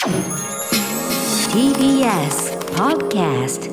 TBS Podcast。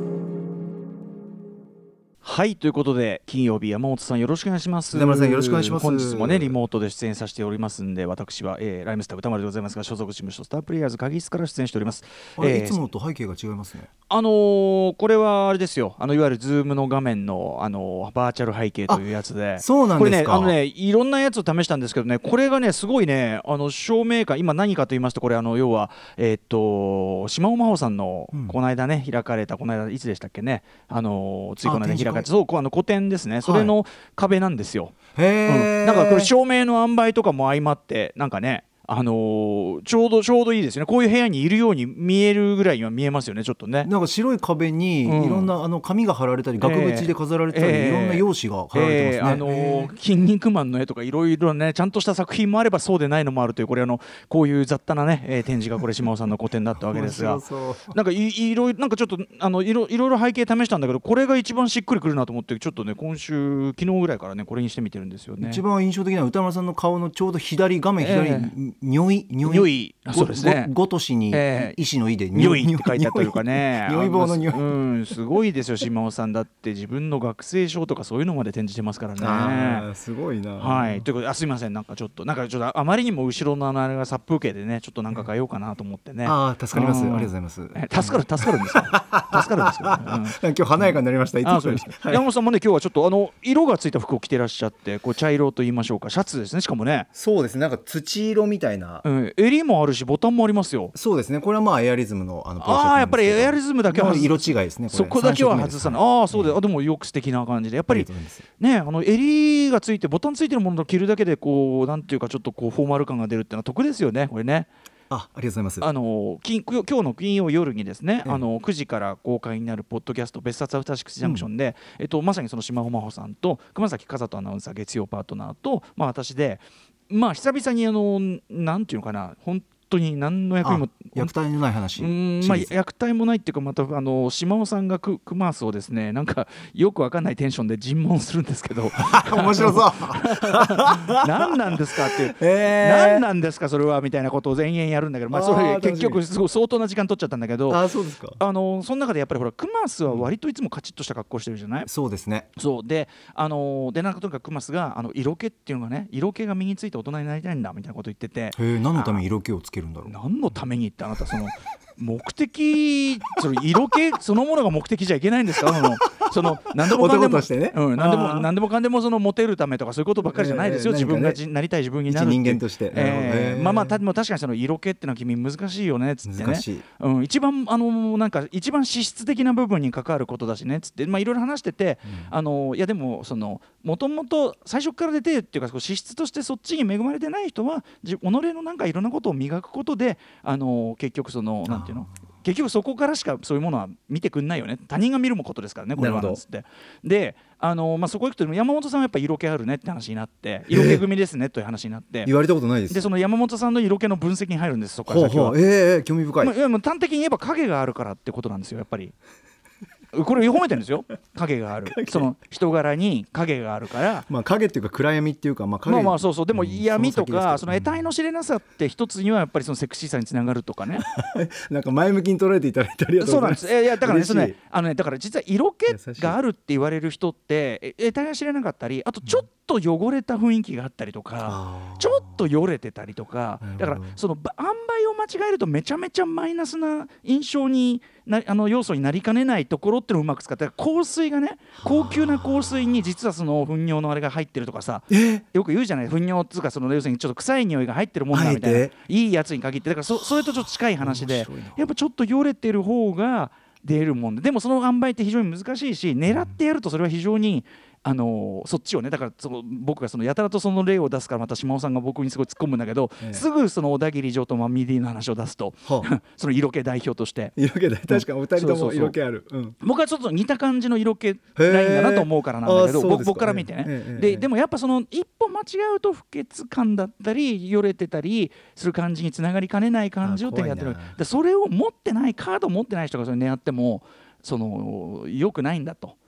はい、ということで金曜日、山本さんよろしくお願いします。 歌丸さんよろしくお願いします。 本日もねリモートで出演させておりますんで、私は、ライムスター歌丸でございますが、所属事務所スタープレイヤーズ鍵室から出演しております。 いつものと背景が違いますね。 これはあれですよ、いわゆるズームの画面の、バーチャル背景というやつで、 そうなんですか。 これね、いろんなやつを試したんですけどね、これがねすごいね、照明感、今何かと言いますと、これ要は島尾真帆さんの、この間ね開かれた、この間いつでしたっけね、ついこの間開かれた、そう個展ですね、それの壁なんですよ。なんかこれ照明の塩梅とかも相まってなんかね、ちょうどいいですよね。こういう部屋にいるように見えるぐらいには見えますよね、ちょっとね。 なんか白い壁にいろんな紙が貼られたり、額縁で飾られたり、いろんな用紙が貼られてますね。 筋肉マンの絵とかいろいろね、ちゃんとした作品もあればそうでないのもあるという、これこういう雑多なね、展示がこれ島尾さんの個展だったわけですがなんかいろいろなんかちょっといろいろ背景試したんだけど、これが一番しっくりくるなと思って、ちょっとね昨日ぐらいからねこれにしてみてるんですよね。 一番印象的な歌丸さんの顔のちょうど左、画面左、如意、 そうですね、 ごとしに医師の医で如意って書いてあったりとかね、 如意棒の如意、 すごいですよ島尾さんだって自分の学生証とかそういうのまで展示してますからね。 すごいな。 はい、ということですいません、なんかちょっとあまりにも後ろのあれが殺風景でね、ちょっとなんか変えようかなと思ってね。 助かります、ありがとうございます。 助かるんですか。助かるんですけど、 今日華やかになりました。 山本さんもね今日はちょっと色がついた服を着てらっしゃって、こう茶色と言いましょうか、シャツですね、しかもね。 そうですね、なんか土色みたいな、 襟もあるしボタンもありますよ。 そうですね、これはまあエアリズムのポロシャツなんですけど、 やっぱりエアリズムだけは色違いですね。 そこだけは外さない。そうで、でもよく素敵な感じで、やっぱりね、襟がついてボタンついてるものを着るだけでこうなんていうか、ちょっとこうフォーマル感が出るっていうのは得ですよね、これね。 ありがとうございます。 今日の金曜夜にですね、9時から公開になるポッドキャスト別冊アフターシックスジャンクションで、まさにその島尾真帆さんと熊崎和人アナウンサー月曜パートナーと、私で久々になんていうのかな、本当に何の役にも虐待のない話、 虐待もないっていうか、また島尾さんがクマースをですね、なんかよくわかんないテンションで尋問するんですけど面白そう何なんですかって何なんですかそれはみたいなことを延々やるんだけど、それ結局すごい相当な時間取っちゃったんだけど、 そうですか。 その中でやっぱりほらクマースは割といつもカチッとした格好してるじゃない。 そうですね。 そうでなんかとにかくクマースが色気っていうのがね、色気が身について大人になりたいんだみたいなこと言ってて、 何のために色気をつけるんだろう。 何のためにって、あなたその目的、その色気そのものが目的じゃいけないんですか。その何でもかんでも、何でもかんでもそのモテるためとかそういうことばっかりじゃないですよ。自分がなりたい自分になる人間として。 でも確かにその色気ってのは君難しいよねっつってね。一番なんか一番資質的な部分に関わることだしねっつっていろいろ話してて、いやでももともと最初から出てっていうか、資質としてそっちに恵まれてない人は己のなんかいろんなことを磨くことで結局なんていうの、結局そこからしかそういうものは見てくんないよね、他人が見ることですからね、これはなんつって。でそこ行くと山本さんはやっぱ色気あるねって話になって、色気組ですねという話になって、 言われたことないです。 でその山本さんの色気の分析に入るんです、そこから先は。 興味深い。 端的に言えば影があるからってことなんですよ、やっぱり。これ褒めてるんですよ、影があるその人柄に影があるから、 影っていうか暗闇っていうか、 そうでも闇とかその得体の知れなさって一つにはやっぱりそのセクシーさにつながるとかねなんか前向きに捉えていただいてありがとうございます。 そうなんです。いやだからね、だから実は色気があるって言われる人って得体が知れなかったり、あとちょっと汚れた雰囲気があったりとか、ちょっとよれてたりとか、だからその塩梅を間違えるとめちゃめちゃマイナスな印象に要素になりかねないところっていうのをうまく使って、香水がね、高級な香水に実はその糞尿のあれが入ってるとかさ、よく言うじゃない、糞尿っていうか要するにちょっと臭い匂いが入ってるもんだみたいな、いいやつに限って。だからそれとちょっと近い話で、やっぱちょっとよれてる方が出るもんでもその塩梅って非常に難しいし、狙ってやるとそれは非常にそっちをね、だから僕がやたらとその例を出すから、また島尾さんが僕にすごい突っ込むんだけど、すぐその小田切城とミディの話を出すとその色気代表として色気確かにお二人とも色気ある。 僕はちょっと似た感じの色気ラインだなと思うからなんだけど、僕から見てね。でもやっぱその一歩間違うと不潔感だったりよれてたりする感じにつながりかねない感じをやってる。それを持ってないカードを持ってない人がそれ狙っても良くないんだと。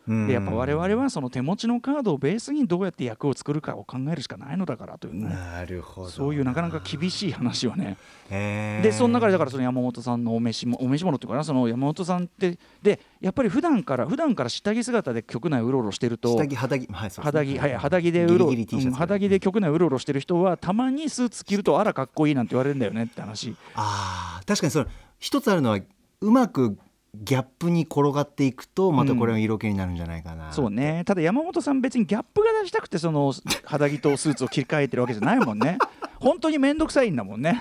でやっぱ我々はその手持ちのカードをベースにどうやって役を作るかを考えるしかないのだからというね。 なるほど。 そういうなかなか厳しい話はね。でその中でだからその山本さんのお召し物っていうかな、その山本さんってでやっぱり普段から下着姿で局内うろうろしてると下着肌着、はい、そうですね、 肌着で肌着で局内うろうろしてる人はたまにスーツ着るとあらかっこいいなんて言われるんだよねって話。 確かにそれ一つあるのはうまくギャップに転がっていくとまたこれは色気になるんじゃないかな、 そうね。ただ山本さん別にギャップが出したくてその肌着とスーツを切り替えてるわけじゃないもんね本当に面倒くさいんだもんね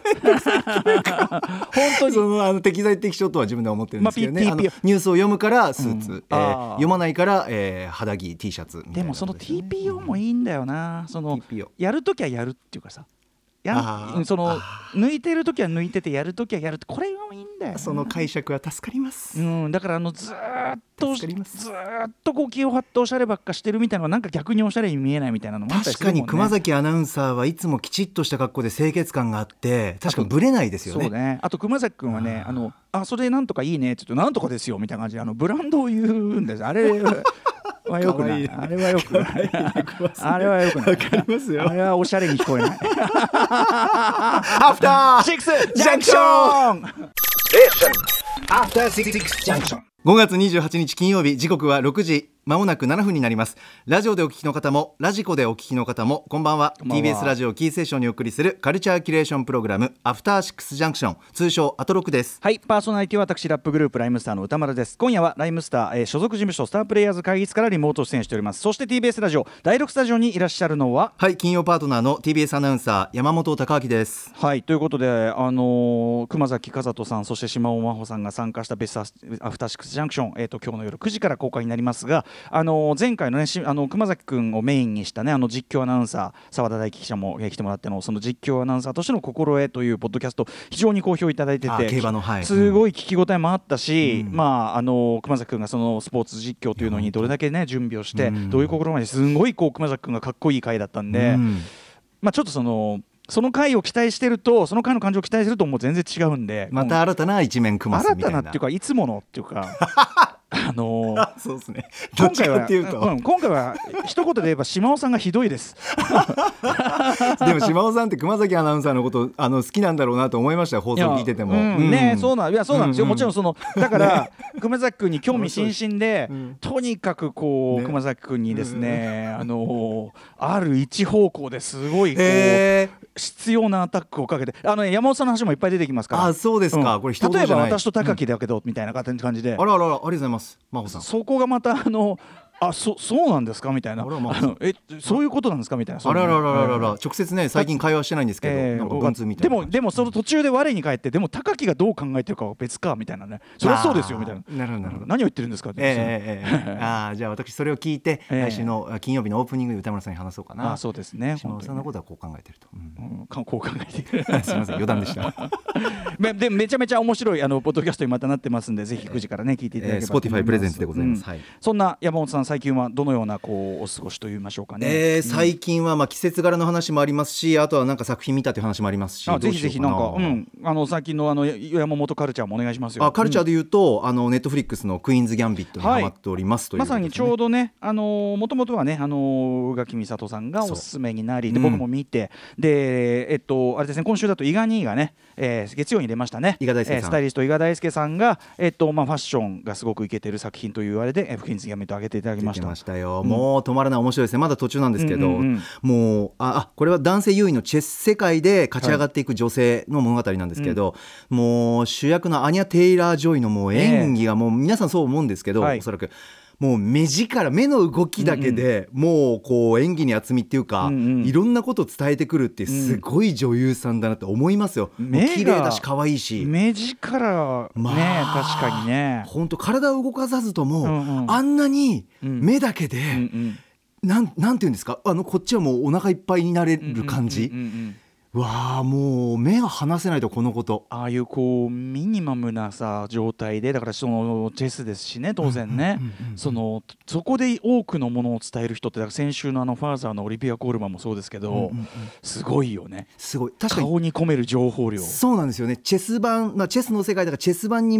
本当にその適材適所とは自分では思ってるんですけどね、ニュースを読むからスーツ、読まないから、肌着 T シャツみたいな、 でもその TPO もいいんだよな。その TPO やるときはやるっていうかさ、その抜いてるときは抜いててやるときはやるって、これがいいんだよ。 その解釈は助かります、 だからずーっとこう気を張っておしゃればっかしてるみたいなのはなんか逆におしゃれに見えないみたいなのもあったりするもんね。 確かに熊崎アナウンサーはいつもきちっとした格好で清潔感があって確かにブレないですよね。 そうね。あと熊崎君はねそれなんとかいいねって言うとなんとかですよみたいな感じでブランドを言うんです。あれはよくない。あれはよくない。あれはよくない。 わかりますよ。 あれはおしゃれに聞こえない。 アフターシックスジャンクション。 アフターシックスジャンクション。5月28日金曜日、時刻は6時まもなく7分になります。ラジオでお聞きの方もラジコでお聞きの方もこんばんは。 TBS ラジオキーセーションにお送りするカルチャーキュレーションプログラムアフターシックスジャンクション、通称アトロクです。 はい、パーソナリティは私ラップグループライムスターの歌丸です。今夜はライムスター、所属事務所スタープレイヤーズ会議室からリモート出演しております。そして TBS ラジオ第6スタジオにいらっしゃるのは、 はい、金曜パートナーの TBS アナウンサー山本貴明です。 はい、ということで熊崎和人さんそして島尾真帆さんが参加したベストアフターシックスジャンクション、今日の夜9時から公開になりますが、前回のね熊崎くんをメインにしたね実況アナウンサー澤田大樹記者も来てもらってのその実況アナウンサーとしての心得というポッドキャスト非常に好評いただいてて、 競馬の、はい、 すごい聞き応えもあったし、熊崎くんがそのスポーツ実況というのにどれだけね準備をしてどういう心まですごい熊崎くんがかっこいい回だったんで、ちょっとその回を期待してるとその回の感情を期待するともう全然違うんで、 また新たな一面熊さんみたいな、 新たなっていうかいつものっていうかそうですね。 今回は一言で言えば島尾さんがひどいですでも島尾さんって熊崎アナウンサーのこと好きなんだろうなと思いました。放送聞いてても、 そうなんですよ、もちろんだから熊崎君に興味津々で、とにかくこう、熊崎君にですね、ある一方向ですごいこう必要なアタックをかけて山本さんの話もいっぱい出てきますから。 そうですか、これ例えば私と高木だけど、みたいな感じで、 ありがとうございます真帆さん。 そこがまたそうなんですかみたいな、そういうことなんですかみたいな、 直接ね最近会話してないんですけど、なんか文通みたいな。 でもその途中で我に返って、でも高木がどう考えてるかは別かみたいなね、そりゃそうですよみたいな、 なるほど何を言ってるんですかって、 じゃあ私それを聞いて、来週の金曜日のオープニングで歌村さんに話そうかな。 そうですね、 島尾さんのことはこう考えてると、 こう考えてるすみません、余談でしたでめちゃめちゃ面白いポッドキャストにまたなってますんで、ぜひ9時からね聞いていただければと思います。 Spotify プレゼンツでございます。 そんな山本さん、最近はどのようなお過ごしと言いましょうかね。 最近は季節柄の話もありますし、あとはなんか作品見たという話もありますし、 ぜひぜひなんか、最近の山本カルチャーもお願いしますよ。 カルチャーで言うと、ネットフリックスのクイーンズギャンビットにハマっておりますという、 まさにちょうどね、もともとはね宇垣美里さんがおすすめになりで、僕も見て、であれですね、今週だと伊賀兄がね、月曜に出ましたね。スタイリスト伊賀大輔さんがファッションがすごくイケてる作品というあれでクイーンズギャンビット上げていただきました。 もう止まらない、面白いですね。まだ途中なんですけど、もうこれは男性優位のチェス世界で勝ち上がっていく女性の物語なんですけど、もう主役のアニャ・テイラー・ジョイのもう演技がもう皆さんそう思うんですけど、おそらくもう目の動きだけで、もうこう演技に厚みっていうか、いろんなことを伝えてくるってすごい女優さんだなって思いますよ。綺麗だし可愛いし、 目力ね、確かにね、 本当体を動かさずとも、あんなに目だけで、なんていうんですか、こっちはもうお腹いっぱいになれる感じ。わあ、もう目が離せないと、このこと。 ああいうこうミニマムなさ状態で、だからそのチェスですしね、当然ね、そこで多くのものを伝える人って、だから先週のファーザーのオリビア・コールマンもそうですけど、すごいよね。すごい、確かに顔に込める情報量。 そうなんですよね。チェスの世界だからチェス盤に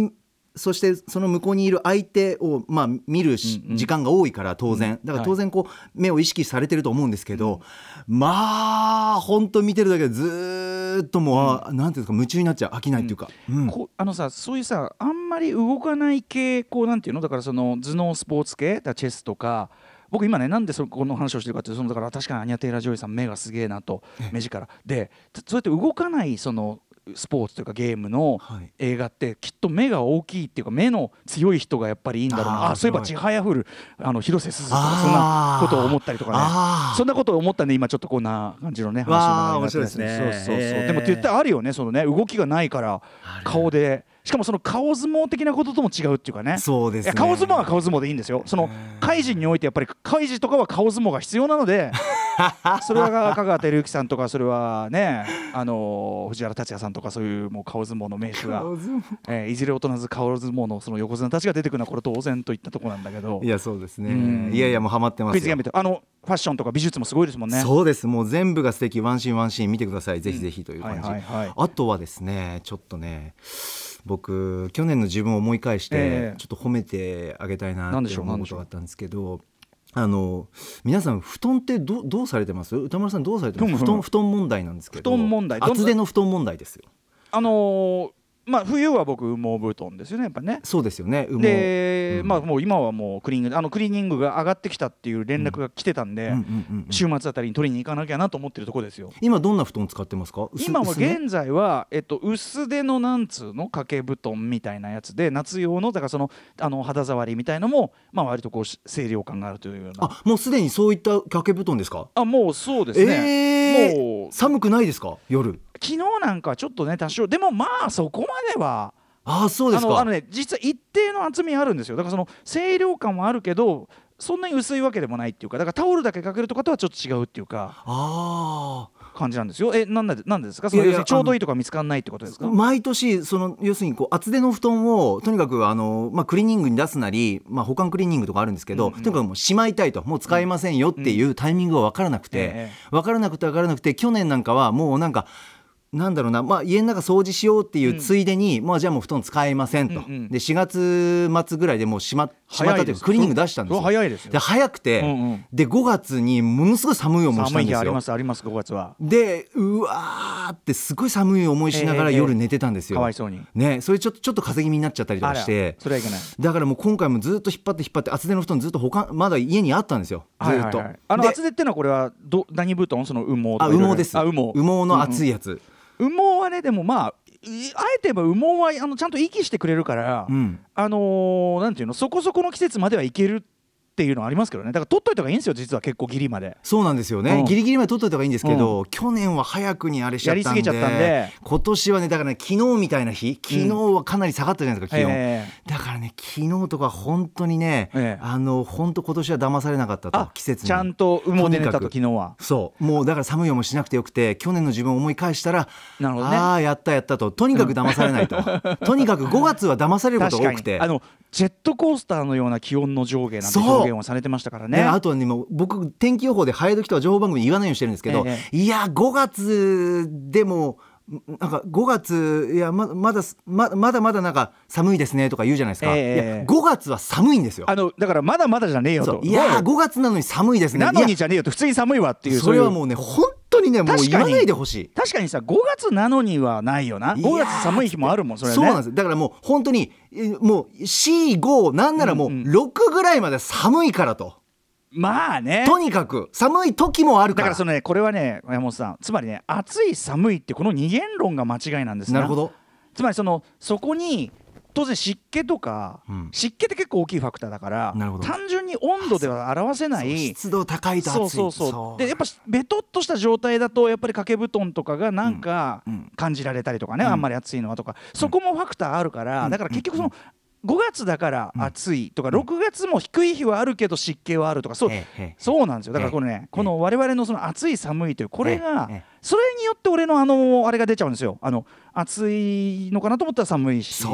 そしてその向こうにいる相手を、見る時間が多いから当然、だから当然こう目を意識されてると思うんですけど、本当見てるだけでずっともう、なんていうんですか、夢中になっちゃう、飽きないっていうか、 そういうさ、あんまり動かない系、こうなんていうの、だからその頭脳スポーツ系だ、チェスとか。僕今ね、なんでこの話をしてるかっていうと、だから確かにアニャ・テイラー・ジョイさん目がすげえなと、目力で、そうやって動かないそのスポーツというかゲームの映画ってきっと目が大きいっていうか目の強い人がやっぱりいいんだろうな。そういえばちはやふる広瀬すずとかそんなことを思ったりとかね、そんなことを思ったんで今ちょっとこんな感じのね話を面白いですね。 そうでも絶対あるよね、そのね動きがないから顔で。しかもその顔相撲的なこととも違うっていうかね。 そうですね。 顔相撲は顔相撲でいいんですよ。その怪人においてやっぱり怪人とかは顔相撲が必要なのでそれは香川照之さんとか、それはね藤原竜也さんとか、そういうもう顔相撲の名手が、いずれ大人ず顔相撲のその横綱たちが出てくるのはこれ当然といったところなんだけど。 いやそうですね。いやもうハマってますよ。 クイズゲームとファッションとか美術もすごいですもんね。 そうです。もう全部が素敵、ワンシーンワンシーン見てください、ぜひぜひという感じ。あとはですね、ちょっとね、僕去年の自分を思い返して、ちょっと褒めてあげたいなって思うことがあったんですけど、皆さん布団ってどうされてます？歌丸さんどうされてます？布団問題なんですけど、厚手の布団問題ですよ。冬は僕羽毛布団ですよね、やっぱね。そうですよね。で、もう今はもうクリーニングが上がってきたっていう連絡が来てたんで、週末あたりに取りに行かなきゃなと思ってるところですよ。今どんな布団使ってますか？今は現在は、薄手のなんつうの掛け布団みたいなやつで、夏用のだからその肌触りみたいのも割とこう清涼感があるというような。もうすでにそういった掛け布団ですか？もうそうですね。もう寒くないですか？夜。昨日なんかちょっとね多少でもそこまでは。そうですか。実は一定の厚みあるんですよ。だからその清涼感もあるけどそんなに薄いわけでもないっていうか、だからタオルだけかけるとかとはちょっと違うっていうか感じなんですよ。なんでですか？その要するにちょうどいいとか見つからないってことですか？毎年その要するにこう厚手の布団をとにかくクリーニングに出すなり、保管クリーニングとかあるんですけど、とにかくもうしまいたいと、もう使えませんよっていうタイミングが分からなくて、去年なんかはもうなんかなんだろうな、家の中掃除しようっていうついでに、じゃあもう布団使えませんと、で4月末ぐらいでもうしまったというかクリーニング出したんですよ。早いですよ。で早くて、で5月にものすごい寒い思いしたんですよ。寒い日あります5月は。でうわーってすごい寒い思いしながら夜寝てたんですよ。かわいそうにね。それちょっと風邪気味になっちゃったりとかして、それはいけない。だからもう今回もずっと引っ張って厚手の布団ずっとまだ家にあったんですよ、ずっと。厚手ってのはこれは何布団？その羽毛とか。羽毛です。羽毛の厚いやつ。羽毛はね、でもあえて言えば羽毛はちゃんと息してくれるから、なんていうの、そこそこの季節まではいけるっていうのはありますけどね。だから取っといた方がいいんですよ、実は結構ギリまで。そうなんですよね、ギリギリまで取っといた方がいいんですけど、去年は早くにあれしちゃったんで、やりすぎちゃったんで、今年はね、だからね、昨日みたいな日、昨日はかなり下がったじゃないですか、気温、だからね、昨日とか本当にね、本当今年は騙されなかったと、季節にちゃんと羽毛で寝たと。昨日はそうもうだから寒い思いしなくてよくて、去年の自分を思い返したら、なるほどね、やったと、とにかく騙されないととにかく5月は騙されることが多くて、ジェットコースターのような気温の上下なんて表現をされてましたからね。あとはね、僕天気予報で早時とか情報番組言わないようにしてるんですけど、いや5月でもなんか5月いや まだなんか寒いですねとか言うじゃないですか、いや5月は寒いんですよ。だからまだまだじゃねえよと。いや5月なのに寒いですね、なのにじゃねえよと、普通に寒いわっていう。それはもうね本当にね、もう言わないでほしい。確かにさ、5月なのにはないよな。5月寒い日もあるもん、それね。そうなんです。だからもう本当にもう 4,5 なんならもう6ぐらいまで寒いからと、とにかく寒い時もあるから。だからそのね、これはね、山本さん、つまりね、暑い寒いってこの二元論が間違いなんですね。なるほど。つまりそこに当然湿気とか、湿気って結構大きいファクターだから、単純に温度では表せない、湿度高いと暑い。そうでやっぱベトっとした状態だとやっぱり掛け布団とかがなんか感じられたりとかね、あんまり暑いのはとか、そこもファクターあるから、だから結局5月だから暑いとか、6月も低い日はあるけど湿気はあるとか、そうなんですよ。だからこの我々のその暑い寒いというこれが、それによって俺のあれが出ちゃうんですよ。暑いのかなと思ったら寒いし、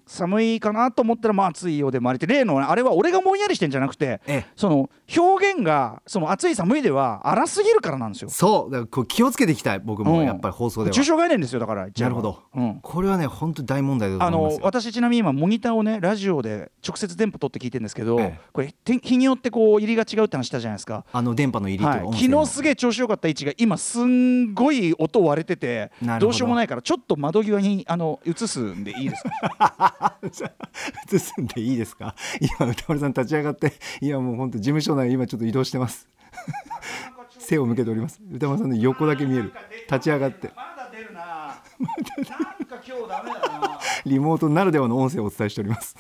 寒いかなと思ったらまあ暑いようでもありて、例のあれは俺がぼんやりしてんじゃなくて、その表現がその暑い寒いでは荒すぎるからなんですよ。 そうだからこう気をつけていきたい僕もやっぱり放送では、 抽象概念ですよだから。 なるほど、これはね本当に大問題だと思いますよ。 私ちなみに今モニターをねラジオで直接電波取って聞いてるんですけど、これ日によってこう入りが違うって話したじゃないですか。 電波の入りと音声の、 昨日すげえ調子よかった位置が今すんごい音割れててどうしようもないからちょっと窓際に移すんでいいですか移すんでいいですか。今歌丸さん立ち上がって今もう本当事務所内今ちょっと移動してます背を向けております。歌丸さんの横だけ見える。立ち上がってまだ出るななんか今日ダメだなリモートならではの音声をお伝えしております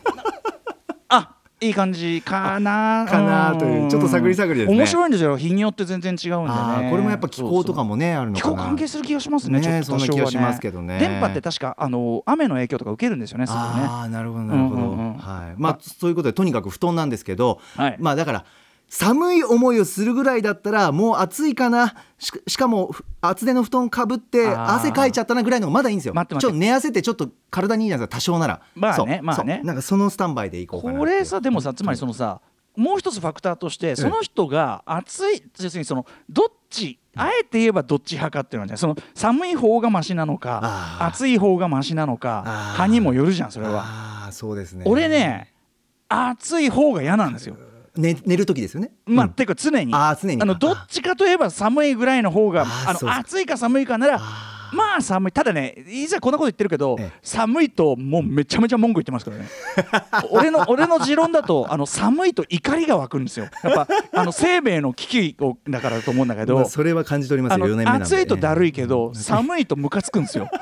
いい感じかなというちょっと探り探りですね。 面白いんですよ。日によって全然違うんでね。 これもやっぱ気候とかもねあるのかな。 気候関係する気がしますね。ちょっと多少はね。 そんな気がしますけどね。 電波って確か雨の影響とか受けるんですよね。すぐね。 なるほどなるほど。はい。まあそういうことでとにかく布団なんですけど、まあだから寒い思いをするぐらいだったらもう暑いかな、しかも厚手の布団かぶって汗かいちゃったなぐらいのまだいいんですよ。ちょっと寝汗ってちょっと体にいいじゃないですか多少なら。 まあねなんかそのスタンバイでいこうかな。 これさでもさつまりそのさもう一つファクターとしてその人が暑い要するにそのどっちあえて言えばどっち派かっていうのはね、その寒い方がマシなのか暑い方がマシなのか派にもよるじゃんそれは。 そうですね。 俺ね暑い方が嫌なんですよ。 寝る時ですよね。 てか常にどっちかといえば寒いぐらいの方が暑いか寒いかならまあ寒い。ただねいざこんなこと言ってるけど寒いともうめちゃめちゃ文句言ってますからね俺の持論だと寒いと怒りが湧くんですよ。やっぱ生命の危機だからだと思うんだけどそれは感じておりますよ。4年目なんで暑いとだるいけど寒いとムカつくんですよ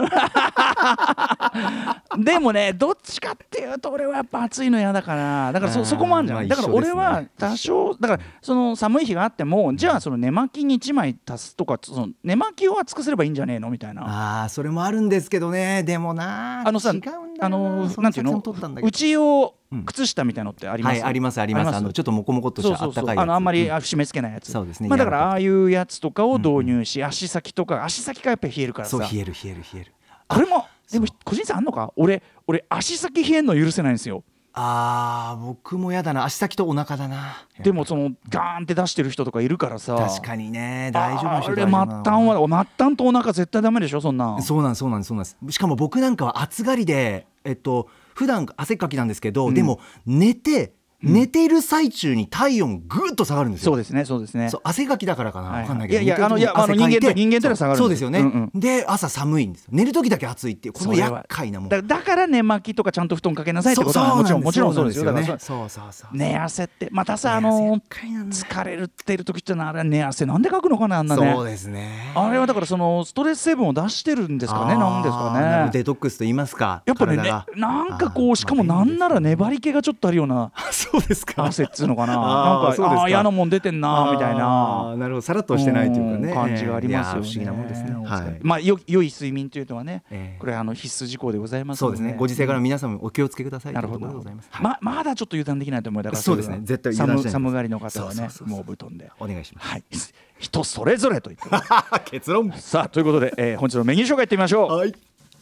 でもねどっちかっていうと俺はやっぱ暑いの嫌だからだからそこもあるんじゃない。だから俺は多少だからその寒い日があってもじゃあその寝巻きに1枚足すとかその寝巻きを厚くすればいいんじゃねえのみたいな。 それもあるんですけどね。でもなさ違うんだなんていうの内用靴下みたいなのってあります、 ありますちょっとモコモコっとしたあったかいやつあんまり締め付けないやつ。 そうですね。 だからああいうやつとかを導入し足先がやっぱり冷えるからさ。 そう冷えるこれもでも個人差あんのか。俺足先冷えんの許せないんですよ。 僕もやだな。足先とお腹だな。 でもそのガーンって出してる人とかいるからさ。 確かにね大丈夫な人。 あれ末端とお腹絶対ダメでしょそんな。 そうなんです。しかも僕なんかは暑がりで普段汗っかきなんですけど、でも寝ている最中に体温ぐーっと下がるんですよ。そうですね。汗かきだからかな分かんないけど、 人間というのは下がるんですよ。 そうですよね。で朝寒いんですよ。寝る時だけ暑いっていうこの厄介なもんだから寝巻きとかちゃんと布団かけなさいってことはもちろんそうですよね。 そう寝汗ってまたさ疲れてる時ってのはあれ寝汗なんでかくのかなあんなね。 そうですね。 あれはだからそのストレス成分を出してるんですかね。なんですかね。 デトックスと言いますか。 やっぱねなんかこうしかもなんなら粘り気がちょっとあるような。 そうですか。 汗っつうのかな。なんか嫌なもん出てんなみたいな。 なるほど。さらっとしてないというかね感じがありますよね。 不思議なもんですね。 まあ良い睡眠というのはねこれ必須事項でございますので。 そうですね。ご時世から皆さんもお気をつけください。 なるほど。まだちょっと油断できないと思う。だからそうですね。絶対油断しない。 寒がりの方はねもう布団でお願いします。 人それぞれと言って結論。 さあということで本日のメニュー紹介いってみましょう。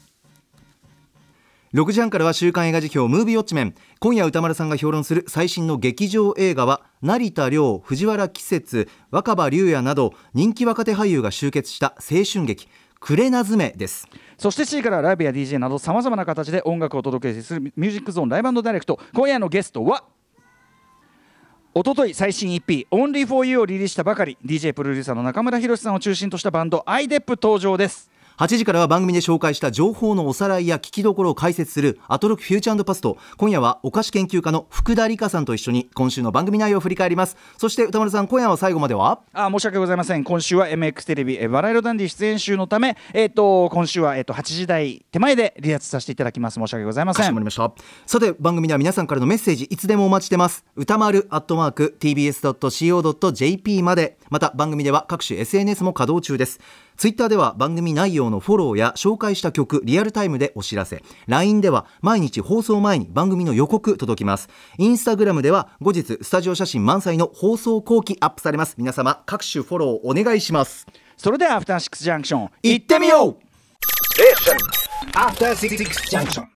6時半からは週刊映画辞表ムービーウォッチメン。今夜歌丸さんが評論する最新の劇場映画は成田凌、藤原季節、若葉龍也など人気若手俳優が集結した青春劇クレナズメです。 そして7時からライブや DJ などさまざまな形で音楽をお届けするミュージックゾーンライブダイレクト。今夜のゲストはおととい最新 EP Only for You をリリースしたばかり DJ プロデューサーの中村宏さんを中心としたバンド iDep 登場です。 8時からは番組で紹介した情報のおさらいや聞きどころを解説するアトロックフューチャー&パスト。今夜はお菓子研究家の福田理香さんと一緒に今週の番組内容を振り返ります。そして歌丸さん今夜は最後までは申し訳ございません。今週は MX テレビバラ色ダンディ出演集のため今週は8時台手前で離脱させていただきます。申し訳ございません。 かしこまりました。さて番組では皆さんからのメッセージいつでもお待ちしてます。歌丸@tbs.co.jp まで。また番組では各種 SNS も稼働中です。ツイッターでは番組内容のフォローや紹介した曲リアルタイムでお知らせ、 LINE では毎日放送前に番組の予告届きます。インスタグラムでは後日スタジオ写真満載の放送後期アップされます。皆様各種フォローお願いします。 それではアフターシックスジャンクション行ってみよう。 アフターシックスジャンクション。